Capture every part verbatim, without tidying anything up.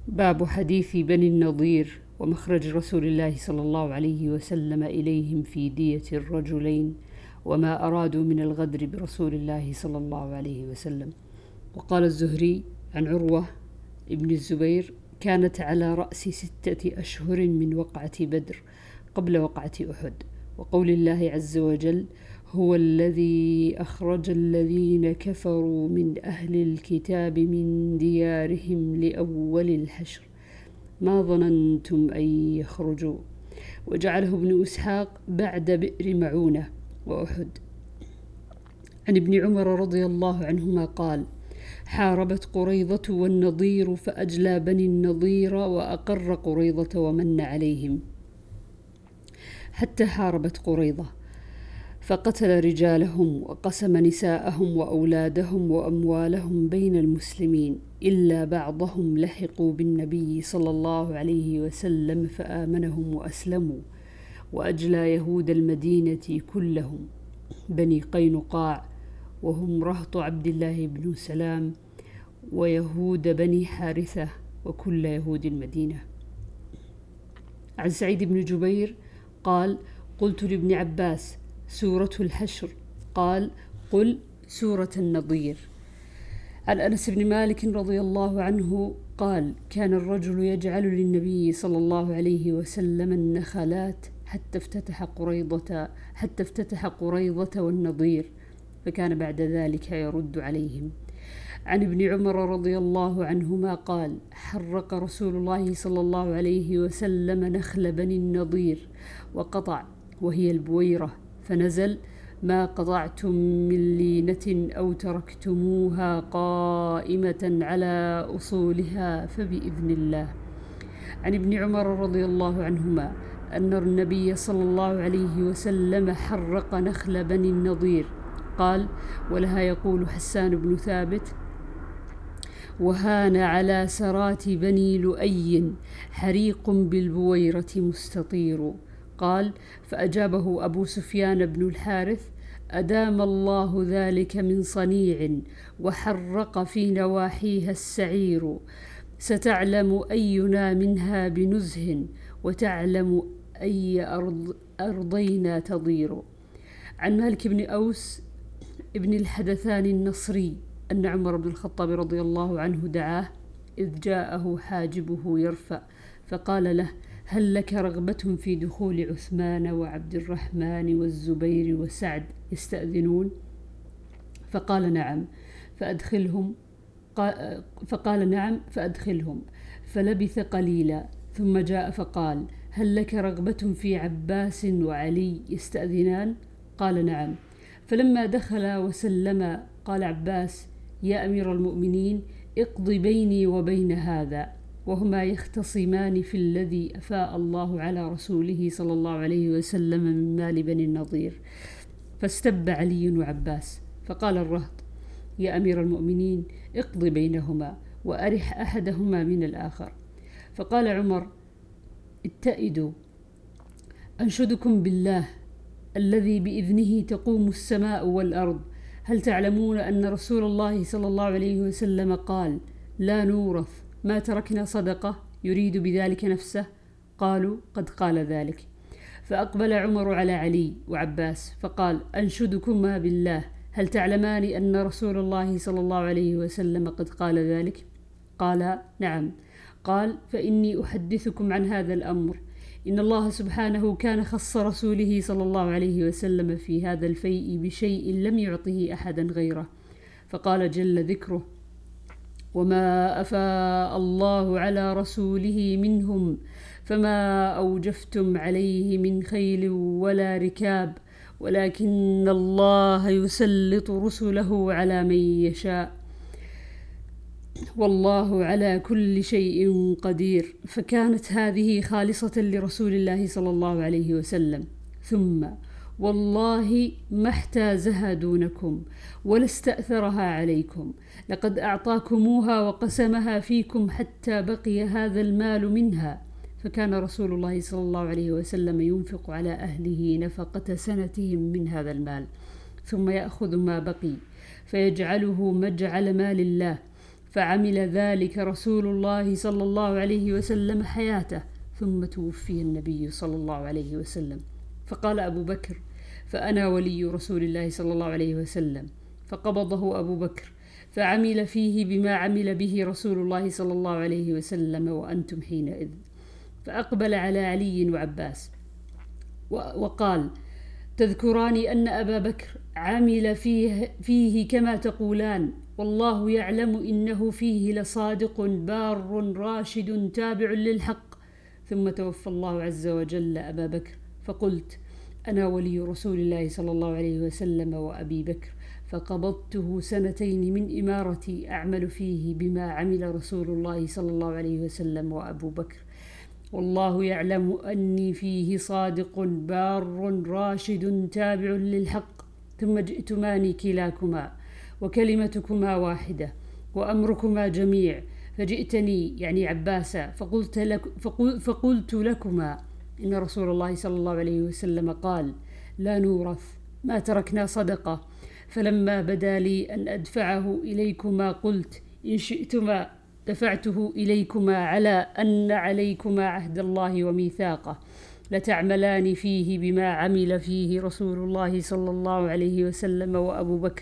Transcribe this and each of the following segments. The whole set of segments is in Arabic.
باب حديث بني النضير ومخرج رسول الله صلى الله عليه وسلم إليهم في دية الرجلين وما أرادوا من الغدر برسول الله صلى الله عليه وسلم. وقال الزهري عن عروة ابن الزبير: كانت على رأس ستة أشهر من وقعة بدر قبل وقعة أحد. وقول الله عز وجل: هو الذي أخرج الذين كفروا من أهل الكتاب من ديارهم لأول الحشر ما ظننتم أن يخرجوا. وجعله ابن إسحاق بعد بئر معونة وأحد. عن ابن عمر رضي الله عنهما قال: حاربت قريظة والنضير فأجلى بني النضير وأقر قريظة ومن عليهم، حتى حاربت قريظة فقتل رجالهم وقسم نساءهم وأولادهم وأموالهم بين المسلمين، إلا بعضهم لحقوا بالنبي صلى الله عليه وسلم فآمنهم وأسلموا. وأجلى يهود المدينة كلهم، بني قينقاع وهم رهط عبد الله بن سلام، ويهود بني حارثة، وكل يهود المدينة. عن سعيد بن جبير قال: قلت لابن عباس: سورة الحشر؟ قال: قل سورة النضير. عن أنس بن مالك رضي الله عنه قال: كان الرجل يجعل للنبي صلى الله عليه وسلم النخلات حتى افتتح قريضة حتى افتتح قريضة والنضير، فكان بعد ذلك يرد عليهم. عن ابن عمر رضي الله عنهما قال: حرق رسول الله صلى الله عليه وسلم نخل بني النضير وقطع، وهي البويرة، فنزل: ما قطعتم من لينة أو تركتموها قائمة على أصولها فبإذن الله. عن ابن عمر رضي الله عنهما أن النبي صلى الله عليه وسلم حرق نخل بني النضير. قال: ولها يقول حسان بن ثابت: وهان على سرات بني لؤي حريق بالبويرة مستطير. قال: فأجابه أبو سفيان بن الحارث: أدام الله ذلك من صنيع، وحرق في نواحيها السعير، ستعلم أينا منها بنزه، وتعلم أي أرض أرضينا تضير. عن مالك بن أوس ابن الحدثان النصري أن عمر بن الخطاب رضي الله عنه دعاه إذ جاءه حاجبه يرفع، فقال له: هل لك رغبة في دخول عثمان وعبد الرحمن والزبير وسعد يستأذنون؟ فقال: نعم فأدخلهم فقال نعم فأدخلهم فلبث قليلا، ثم جاء فقال: هل لك رغبة في عباس وعلي يستأذنان؟ قال: نعم. فلما دخل وسلم قال عباس: يا أمير المؤمنين، اقض بيني وبين هذا، وهما يختصمان في الذي أفاء الله على رسوله صلى الله عليه وسلم من مال بني النضير. فاستب علي وعباس، فقال الرهط: يا أمير المؤمنين، اقض بينهما وأرح أحدهما من الآخر. فقال عمر: اتئدوا، أنشدكم بالله الذي بإذنه تقوم السماء والأرض، هل تعلمون أن رسول الله صلى الله عليه وسلم قال: لا نورث ما تركنا صدقة، يريد بذلك نفسه؟ قالوا: قد قال ذلك. فأقبل عمر على علي وعباس فقال: أنشدكما بالله، هل تعلمان أن رسول الله صلى الله عليه وسلم قد قال ذلك؟ قال: نعم. قال: فإني أحدثكم عن هذا الأمر. إن الله سبحانه كان خص رسوله صلى الله عليه وسلم في هذا الفيء بشيء لم يعطه أحدا غيره، فقال جل ذكره: وما أفاء الله على رسوله منهم فما أوجفتم عليه من خيل ولا ركاب، ولكن الله يسلط رسله على من يشاء، والله على كل شيء قدير. فكانت هذه خالصة لرسول الله صلى الله عليه وسلم. ثم والله ما احتازها دونكم ولا استأثرها عليكم، لقد أعطاكموها وقسمها فيكم حتى بقي هذا المال منها. فكان رسول الله صلى الله عليه وسلم ينفق على أهله نفقة سنتهم من هذا المال، ثم يأخذ ما بقي فيجعله مجعل مال الله، فعمل ذلك رسول الله صلى الله عليه وسلم حياته، ثم توفي النبي صلى الله عليه وسلم. فقال أبو بكر: فأنا ولي رسول الله صلى الله عليه وسلم. فقبضه أبو بكر فعمل فيه بما عمل به رسول الله صلى الله عليه وسلم وأنتم حينئذ. فأقبل على علي وعباس وقال: تذكران أن أبا بكر عمل فيه, فيه كما تقولان، والله يعلم إنه فيه لصادق بار راشد تابع للحق. ثم توفى الله عز وجل أبا بكر، فقلت: أنا ولي رسول الله صلى الله عليه وسلم وأبي بكر، فقبضته سنتين من إمارتي أعمل فيه بما عمل رسول الله صلى الله عليه وسلم وأبو بكر، والله يعلم أني فيه صادق بار راشد تابع للحق. ثم جئتماني كلاكما وكلمتكما واحدة وأمركما جميع، فجئتني يعني عباسا فقلت, لك فقل فقلت لكما إن رسول الله صلى الله عليه وسلم قال: لا نورث ما تركنا صدقة. فلما بدا لي أن أدفعه إليكما قلت: إن شئتما دفعته إليكما على أن عليكما عهد الله وميثاقه، لتعملان فيه بما عمل فيه رسول الله صلى الله عليه وسلم وأبو بكر،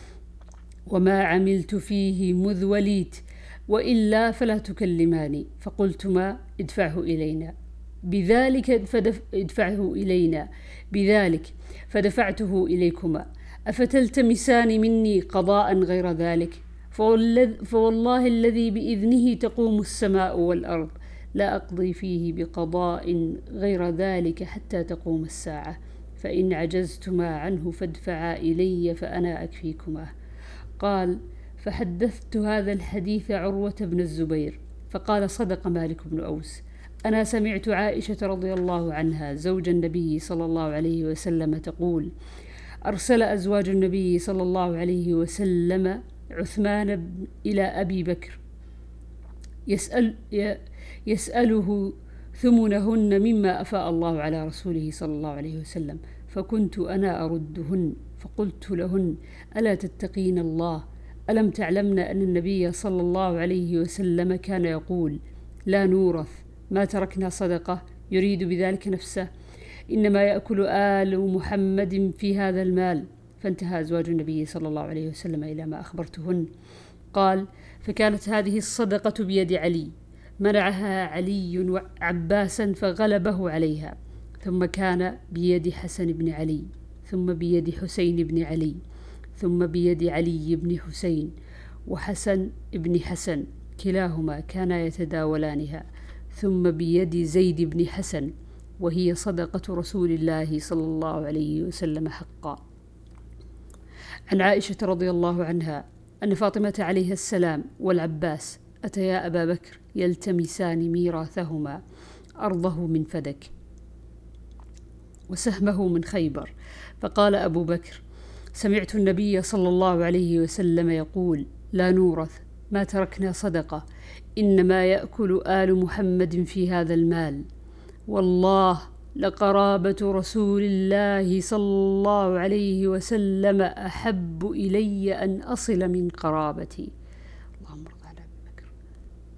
وما عملت فيه مذ وليت، وإلا فلا تكلماني. فقلتما: ادفعه إلينا بذلك فدف... ادفعه إلينا بذلك فدفعته إليكما، أفتلتمسان مني قضاء غير ذلك؟ فوالله الذي بإذنه تقوم السماء والأرض لا أقضي فيه بقضاء غير ذلك حتى تقوم الساعة، فإن عجزتما عنه فادفعا إلي فأنا أكفيكما. قال: فحدثت هذا الحديث عروة بن الزبير، فقال: صدق مالك بن أوس. أنا سمعت عائشة رضي الله عنها زوج النبي صلى الله عليه وسلم تقول: أرسل أزواج النبي صلى الله عليه وسلم عثمان إلى أبي بكر يسأل يسأله ثمنهن مما أفاء الله على رسوله صلى الله عليه وسلم، فكنت أنا أردهن، فقلت لهن: ألا تتقين الله؟ ألم تعلمن أن النبي صلى الله عليه وسلم كان يقول: لا نورث ما تركنا صدقة، يريد بذلك نفسه، إنما يأكل آل محمد في هذا المال. فانتهى أزواج النبي صلى الله عليه وسلم إلى ما أخبرتهن. قال: فكانت هذه الصدقة بيد علي، منعها علي وعباسا فغلبه عليها، ثم كان بيد حسن بن علي، ثم بيد حسين بن علي، ثم بيد علي بن حسين وحسن بن حسن، كلاهما كانا يتداولانها، ثم بيد زيد بن حسن، وهي صدقة رسول الله صلى الله عليه وسلم حقا. عن عائشة رضي الله عنها أن فاطمة عليه السلام والعباس أتيا أبا بكر يلتمسان ميراثهما، أرضه من فدك وسهمه من خيبر، فقال أبو بكر: سمعت النبي صلى الله عليه وسلم يقول: لا نورث ما تركنا صدقة، إنما يأكل آل محمد في هذا المال، والله لقرابة رسول الله صلى الله عليه وسلم أحب إلي أن أصل من قرابتي.